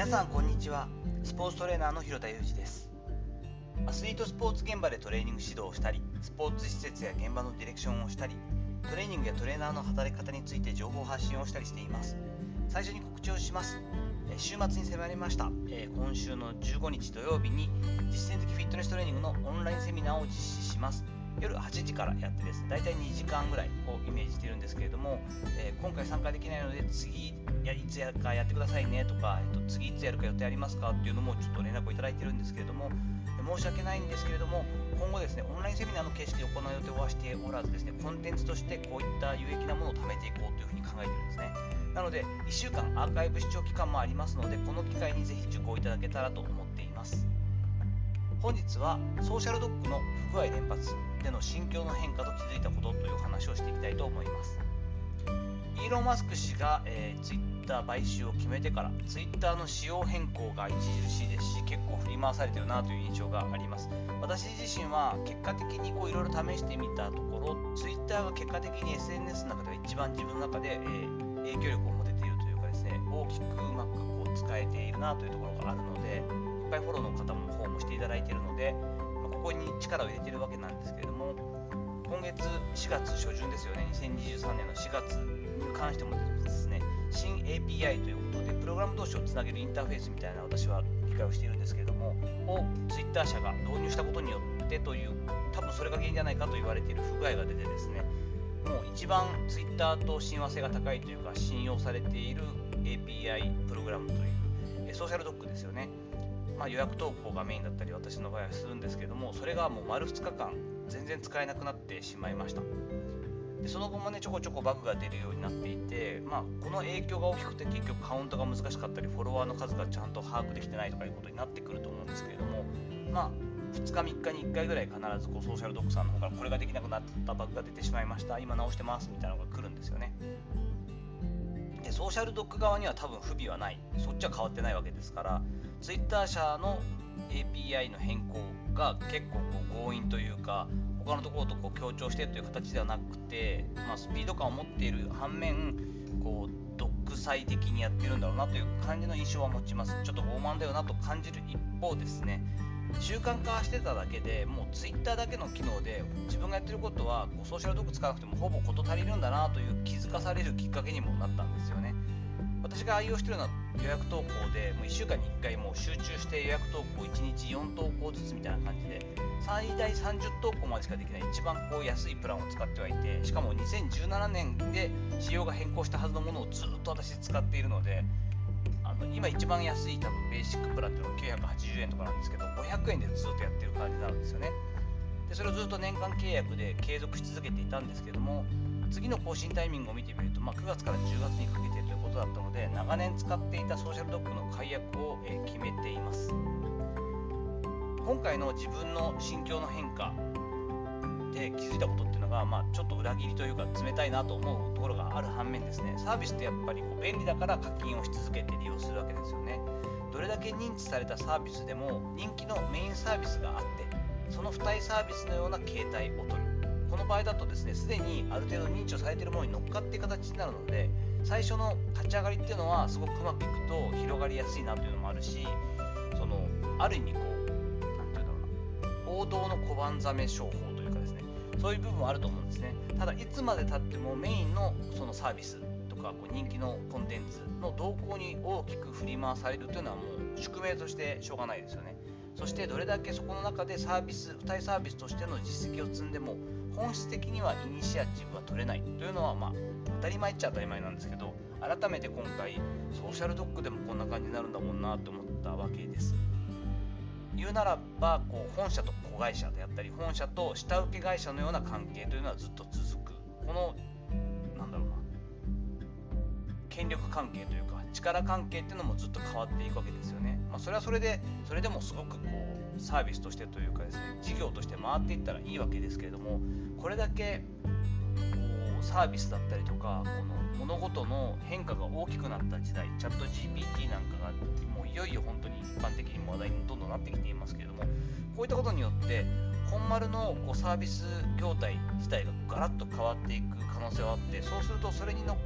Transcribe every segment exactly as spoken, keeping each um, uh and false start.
皆さんこんにちは。スポーツトレーナーの広田裕二です。アスリートスポーツ現場でトレーニング指導をしたり、スポーツ施設や現場のディレクションをしたり、トレーニングやトレーナーの働き方について情報発信をしたりしています。最初に告知をします。週末に迫りました。今週のじゅうごにち土曜日に実践的フィットネストレーニングのオンラインセミナーを実施します。夜はちじからやってですね、だいたいにじかんぐらいをイメージしているんですけれども、えー、今回参加できないので次やいつやるかやってくださいねとか、えっと、次いつやるか予定ありますかっていうのもちょっと連絡をいただいているんですけれども、申し訳ないんですけれども、今後ですね、オンラインセミナーの形式で行う予定はしておらずですね、コンテンツとしてこういった有益なものを貯めていこうというふうに考えているんですね。なのでいっしゅうかんアーカイブ視聴期間もありますので、この機会にぜひ受講いただけたらと思っています。本日はソーシャルドッグの不具合連発での心境の変化と気づいたことという話をしていきたいと思います。イーロン・マスク氏が、えー、ツイッター買収を決めてからツイッターの仕様変更が著しいですし、結構振り回されているなという印象があります。私自身は結果的にいろいろ試してみたところ、ツイッターが結果的に エスエヌエス の中では一番自分の中で、えー、影響力を持てているというかですね、大きくうまくこう使えているなというところがあるので、いっぱいフォローの方もフォローもしていただいているので、ここに力を入れているわけなんですけれども、今月しがつ初旬ですよね、にせんにじゅうさんねんのしがつに関してもですね、新 エーピーアイ ということでプログラム同士をつなげるインターフェースみたいな私は理解をしているんですけれども、を Twitter 社が導入したことによってという、多分それが原因じゃないかと言われている不具合が出てですね、もう一番 Twitter と親和性が高いというか信用されている エーピーアイ プログラムというソーシャルドッグですよね。まあ、予約投稿がメインだったり私の場合はするんですけども、それがもう丸ふつかかん全然使えなくなってしまいました。でその後もね、ちょこちょこバグが出るようになっていて、まあ、この影響が大きくて結局カウントが難しかったり、フォロワーの数がちゃんと把握できてないとかいうことになってくると思うんですけれども、まあ、ふつかみっかにいっかいぐらい必ずこうソーシャルドッグさんの方からこれができなくなったバグが出てしまいました、今直してますみたいなのが来るんですよね。でソーシャルドッグ側には多分不備はない、そっちは変わってないわけですから、ツイッター社の エーピーアイ の変更が結構こう強引というか、他のところとこう強調してという形ではなくて、まあ、スピード感を持っている反面、こう独裁的にやってるんだろうなという感じの印象は持ちます。ちょっと傲慢だよなと感じる一方ですね、習慣化してただけでもうツイッターだけの機能で自分がやってることはこうソーシャルドッグ使わなくてもほぼ事足りるんだなという気づかされるきっかけにもなったんですよね。私が愛用しているのは予約投稿で、もういっしゅうかんにいっかいもう集中して予約投稿いちにちよんとうこうずつみたいな感じで最大さんじゅうとうこまでしかできない一番こう安いプランを使ってはいて、しかもにせんじゅうななねんで仕様が変更したはずのものをずっと私使っているので、あの今一番安い多分ベーシックプランっていうのはきゅうひゃくはちじゅうえんとかなんですけど、ごひゃくえんでずっとやってる感じなんですよね。でそれをずっと年間契約で継続し続けていたんですけども、次の更新タイミングを見てみると、まあ、くがつからじゅうがつにかけてということだったので、長年使っていたソーシャルドッグの解約を、えー、決めています。今回の自分の心境の変化で気づいたことっていうのが、まあ、ちょっと裏切りというか冷たいなと思うところがある反面ですね、サービスってやっぱりこう便利だから課金をし続けて利用するわけですよね。どれだけ認知されたサービスでも人気のメインサービスがあって、その付帯サービスのような形態を取る。この場合だとですね、すでにある程度認知をされているものに乗っかっていく形になるので、最初の立ち上がりっていうのはすごくうまくいくと広がりやすいなというのもあるし、そのある意味こう、なんていうんだろうな、王道の小判ザメ商法というかですね、そういう部分はあると思うんですね。ただいつまで経ってもメインのそのサービスとかこう人気のコンテンツの動向に大きく振り回されるというのはもう宿命としてしょうがないですよね。そしてどれだけそこの中でサービス、付帯サービスとしての実績を積んでも本質的にはイニシアチブは取れないというのは、まあ当たり前っちゃ当たり前なんですけど、改めて今回ソーシャルドッグでもこんな感じになるんだもんなと思ったわけです。言うならばこう本社と子会社であったり、本社と下請け会社のような関係というのはずっと続く、このなんだろうな、権力関係というか力関係っていうのもずっと変わっていくわけですよね。まあ、それはそれでそれでもすごくこうサービスとしてというかですね、事業として回っていったらいいわけですけれども、これだけこうサービスだったりとかこの物事の変化が大きくなった時代、チャット ジーピーティー なんかがもういよいよ本当に一般的に話題にどんどんなってきていますけれども、こういったことによって本丸のこうサービス業態自体がガラッと変わっていく可能性はあって、そうするとそれに乗っかっていた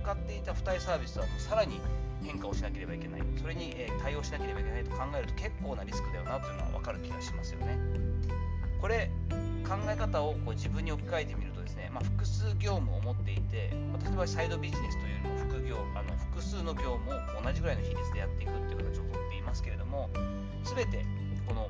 た付帯サービスはもうさらに変化をしなければいけない、それに、えー、対応しなければいけないと考えると結構なリスクだよなというのは分かる気がしますよね。これ考え方をこう自分に置き換えてみるとですね、まあ、複数業務を持っていて、まあ、例えばサイドビジネスというよりも副業あの複数の業務を同じぐらいの比率でやっていくという形をとっていますけれども、全てこの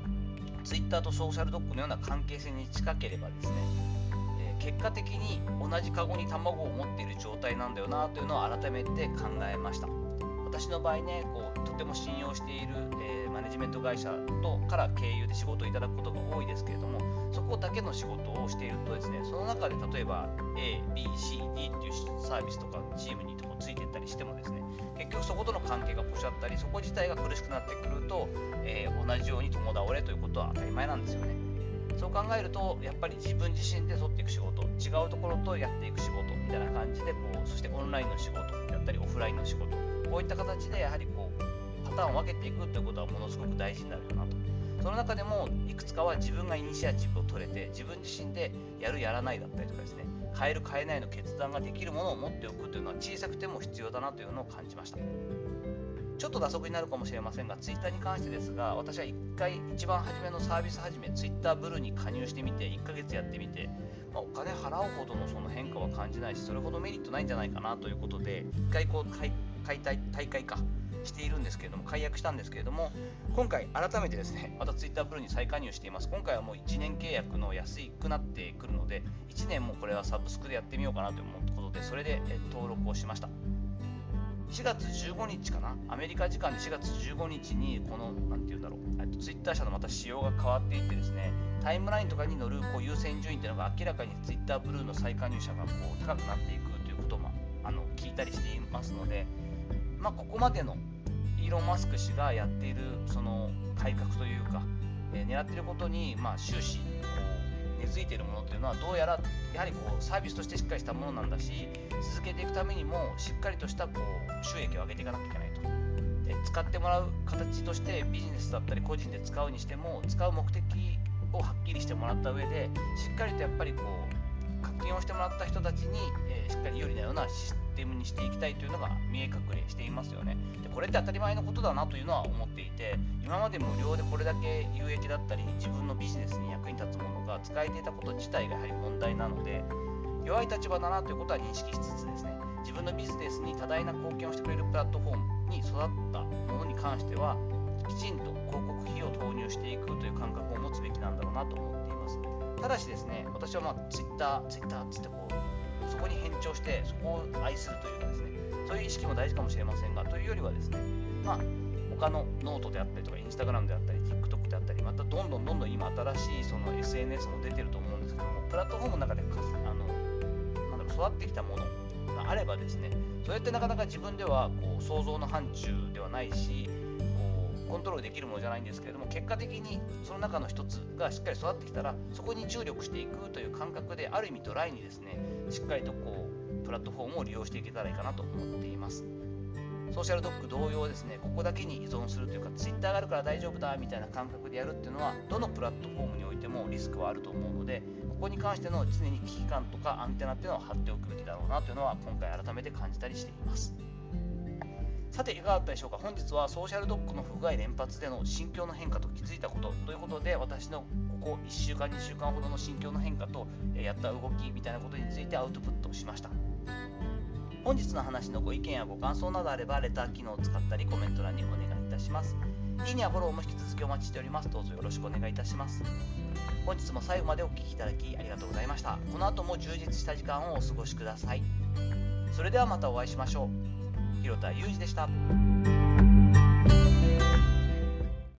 Twitter とソーシャルドッグのような関係性に近ければですね、えー、結果的に同じカゴに卵を持っている状態なんだよなというのを改めて考えました。私の場合ね、こうとても信用している、えー、マネジメント会社とから経由で仕事をいただくことが多いですけれども、そこだけの仕事をしているとですね、その中で例えば エー、ビー、シー、ディー っていうサービスとかチームについていったりしてもですね、結局そことの関係がポシャったり、そこ自体が苦しくなってくると、えー、同じように共倒れということは当たり前なんですよね。そう考えると、やっぱり自分自身で取っていく仕事、違うところとやっていく仕事みたいな感じでこう、そしてオンラインの仕事だったりオフラインの仕事、こういった形でやはりこうパターンを分けていくということはものすごく大事になるよなと。その中でもいくつかは自分がイニシアチブを取れて、自分自身でやるやらないだったりとかですね、変える変えないの決断ができるものを持っておくというのは小さくても必要だなというのを感じました。ちょっと打足になるかもしれませんが、Twitter に関してですが、私はいっかい一番初めのサービス始め Twitter ブルーに加入してみていっかげつやってみて、まあ、お金払うほどのその変化は感じないし、それほどメリットないんじゃないかなということで、いっかいこう解解体大会化しているんですけれども、解約したんですけれども、今回改めてですね、また Twitter ブルーに再加入しています。今回はもういちねん契約の安くなってくるので、いちねんもこれはサブスクでやってみようかなということで、それで登録をしました。しがつじゅうごにちかな、アメリカ時間でしがつじゅうごにちにこのなんていうんだろう、Twitter 社のまた仕様が変わっていってですね、タイムラインとかに載るこう優先順位というのが明らかに Twitter ブルーの再加入者がこう高くなっていくということもあの聞いたりしていますので、まあ、ここまでのイーロン・マスク氏がやっているその改革というか、えー、狙っていることに、まあ、終始こう根付いているものというのはどうやらやはりこうサービスとしてしっかりしたものなんだし、続けていくためにもしっかりとしたこう収益を上げていかなきゃいけないと。で使ってもらう形としてビジネスだったり個人で使うにしても、使う目的をはっきりしてもらった上で、しっかりとやっぱりこう課金をしてもらった人たちに、えー、しっかり有利なようなシステムにしていきたいというのが見え隠れしていますよね。でこれって当たり前のことだなというのは思っていて、今まで無料でこれだけ有益だったり自分のビジネスに役に立つものが使えていたこと自体がやはり問題なので、弱い立場だなということは認識しつつですね、自分のビジネスに多大な貢献をしてくれるプラットフォームに育ったものに関しては、きちんと広告費を投入していくという感覚を持つべきなんだろうなと思っています。ただしですね、私はまあ Twitter、Twitter つってこうそこに変調してそこを愛するというかですね、そういう意識も大事かもしれませんが、というよりはですね、まあ他のノートであったりとか Instagram であったり TikTok であったり、またどんどんどんどん今新しいその エスエヌエス も出てると思うんですけども、プラットフォームの中でかあのなんだろう育ってきたものがあればですね、それってなかなか自分ではこう想像の範疇ではないし、こうコントロールできるものじゃないんですけれども、結果的にその中の一つがしっかり育ってきたら、そこに注力していくという感覚で、ある意味ドライにですね、しっかりとこうプラットフォームを利用していけたらいいかなと思っています。ソーシャルドッグ同様ですね、ここだけに依存するというか、ツイッターがあるから大丈夫だみたいな感覚でやるっていうのは、どのプラットフォームにおいてもリスクはあると思うので、ここに関しての常に危機感とかアンテナっていうのを張っておくべきだろうなというのは、今回改めて感じたりしています。さていかがだったでしょうか。本日はソーシャルドッグの不具合連発での心境の変化と気づいたことということで、私のここいっしゅうかんにしゅうかんほどの心境の変化とやった動きみたいなことについてアウトプットしました。本日の話のご意見やご感想などあれば、レター機能を使ったりコメント欄にお願いいたします。いいねやフォローも引き続きお待ちしております。どうぞよろしくお願いいたします。本日も最後までお聞きいただきありがとうございました。この後も充実した時間をお過ごしください。それではまたお会いしましょう。広田裕二でした。